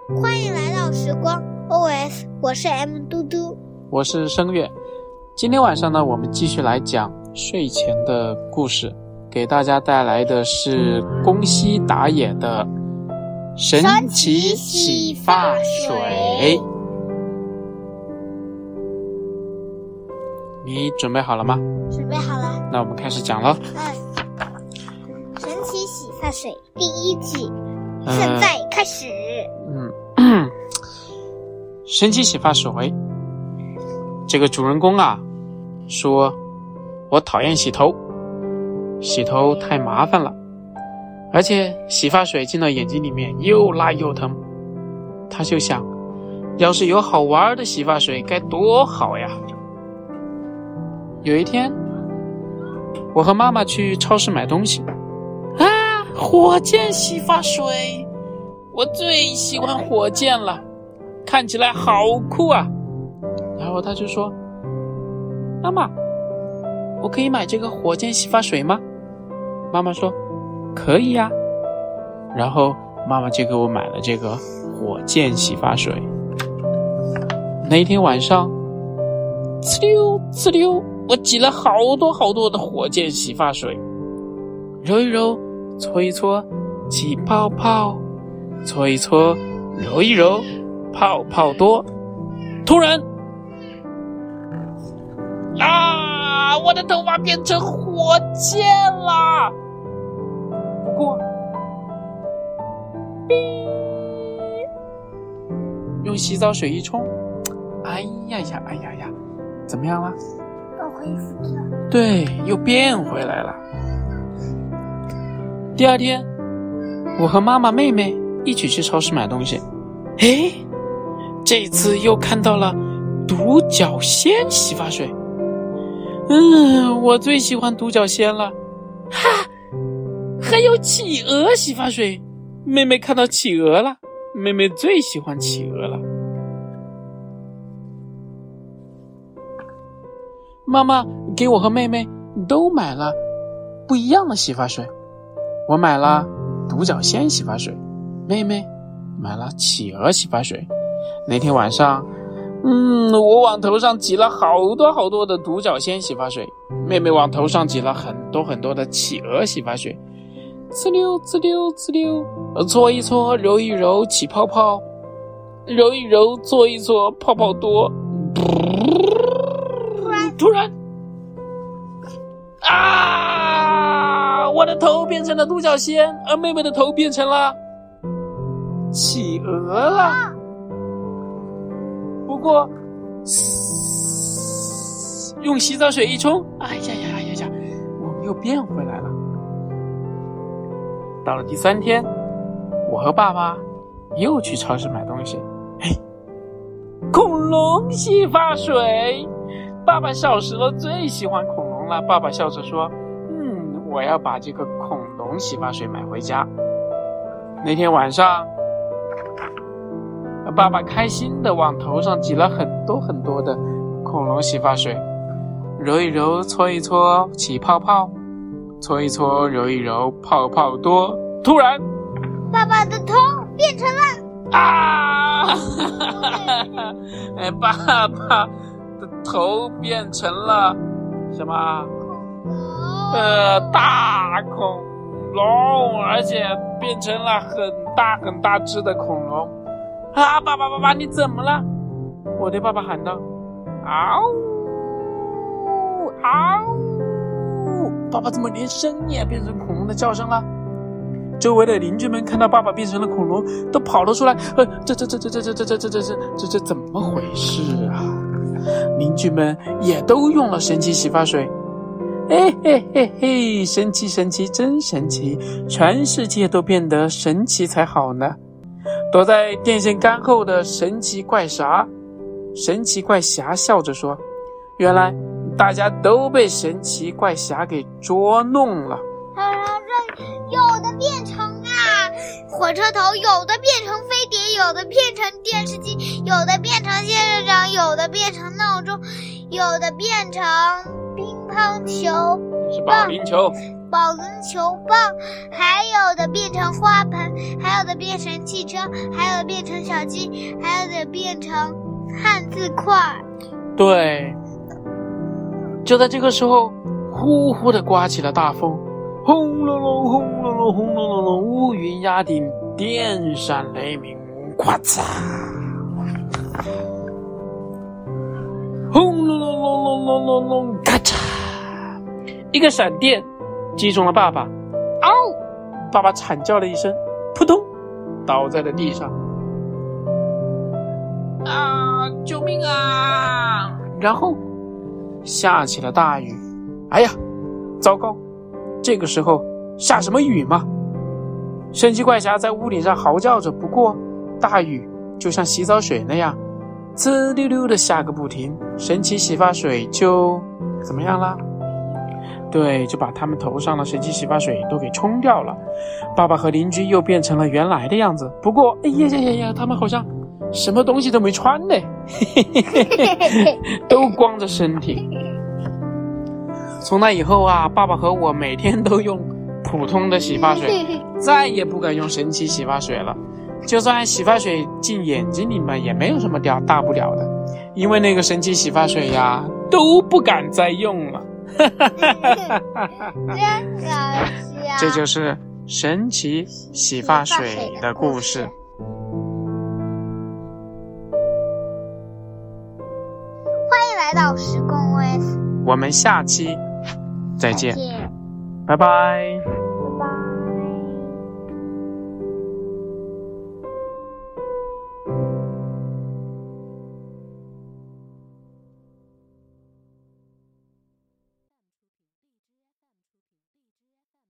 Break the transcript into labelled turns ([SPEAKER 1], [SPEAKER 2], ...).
[SPEAKER 1] 欢迎来到时光 OS， 我是 M 嘟嘟，
[SPEAKER 2] 我是声月。今天晚上呢，我们继续来讲睡前的故事，给大家带来的是宫西达也的神奇洗发水。你准备好了吗？
[SPEAKER 1] 准备好了。
[SPEAKER 2] 那我们开始讲了。
[SPEAKER 1] 神奇洗发水第一季，现在开始。
[SPEAKER 2] 神奇洗发水，这个主人公啊说，我讨厌洗头，洗头太麻烦了，而且洗发水进到眼睛里面又辣又疼。他就想，要是有好玩的洗发水该多好呀。有一天，我和妈妈去超市买东西啊，火箭洗发水，我最喜欢火箭了，看起来好酷啊。然后他就说，妈妈，我可以买这个火箭洗发水吗？妈妈说可以呀。然后妈妈就给我买了这个火箭洗发水。那一天晚上，呲溜呲溜，我挤了好多的火箭洗发水，揉一揉，搓一搓，起泡泡，搓一搓，揉一揉，泡泡多。突然啊，我的头发变成火箭了。不过用洗澡水一冲，哎呀，怎么样了？
[SPEAKER 1] 又恢复了。
[SPEAKER 2] 对，又变回来了。第二天，我和妈妈妹妹一起去超市买东西。诶，这次又看到了独角仙洗发水。我最喜欢独角仙了。哈，还有企鹅洗发水。妹妹看到企鹅了，妹妹最喜欢企鹅了。妈妈给我和妹妹都买了不一样的洗发水，我买了独角仙洗发水，妹妹买了企鹅洗发水。那天晚上，我往头上挤了好多的独角仙洗发水，妹妹往头上挤了很多的企鹅洗发水。呲溜呲溜呲溜，搓一搓，揉一揉，起泡泡，揉一揉，搓一搓，泡泡多。突然啊，我的头变成了独角仙，而妹妹的头变成了企鹅了。不过用洗澡水一冲，哎呀，我们又变回来了。到了第三天，我和爸爸又去超市买东西。恐龙洗发水，爸爸小时候最喜欢恐龙了。爸爸笑着说，我要把这个恐龙洗发水买回家。那天晚上，爸爸开心地往头上挤了很多的恐龙洗发水，揉一揉，搓一搓，起泡泡，搓一搓，揉一揉，泡泡多。突然
[SPEAKER 1] 爸爸的头变成了
[SPEAKER 2] 爸爸的头变成了什么？大恐龙，而且变成了很大只的恐龙。啊，爸，你怎么了？我对爸爸喊道：嗷嗷！爸爸怎么连声也变成恐龙的叫声了？周围的邻居们看到爸爸变成了恐龙，都跑了出来。这怎么回事啊？邻居们也都用了神奇洗发水。神奇，真神奇！全世界都变得神奇才好呢。躲在电线杆后的神奇怪侠笑着说，原来大家都被神奇怪侠给捉弄了。
[SPEAKER 1] 这有的变成火车头，有的变成飞碟，有的变成电视机，有的变成仙人掌，有的变成闹钟，有的变成乒乓球，
[SPEAKER 2] 是保龄球。
[SPEAKER 1] 保龄球棒，还有的变成花盆，还有的变成汽车，还有的变成小鸡，还有的变成汉字块。
[SPEAKER 2] 对，就在这个时候，呼呼地刮起了大风，轰隆隆，轰隆隆，轰隆隆隆，乌云压顶，电闪雷鸣，咔嚓！轰隆隆隆隆隆隆隆，咔嚓！一个闪电击中了爸爸，嗷！爸爸惨叫了一声，扑通，倒在了地上。啊！救命啊！然后下起了大雨。哎呀，糟糕！这个时候下什么雨嘛？神奇怪侠在屋顶上嚎叫着，不过大雨就像洗澡水那样，呲溜溜的下个不停，神奇洗发水就怎么样啦？对，就把他们头上的神奇洗发水都给冲掉了。爸爸和邻居又变成了原来的样子，不过哎呀，他们好像什么东西都没穿呢，都光着身体。从那以后啊，爸爸和我每天都用普通的洗发水，再也不敢用神奇洗发水了。就算洗发水进眼睛里面也没有什么大不了的，因为那个神奇洗发水呀都不敢再用了。
[SPEAKER 1] 真搞笑！
[SPEAKER 2] 这就是神奇洗发水的故事。
[SPEAKER 1] 欢迎来到时光 OS，
[SPEAKER 2] 我们下期再见，拜拜。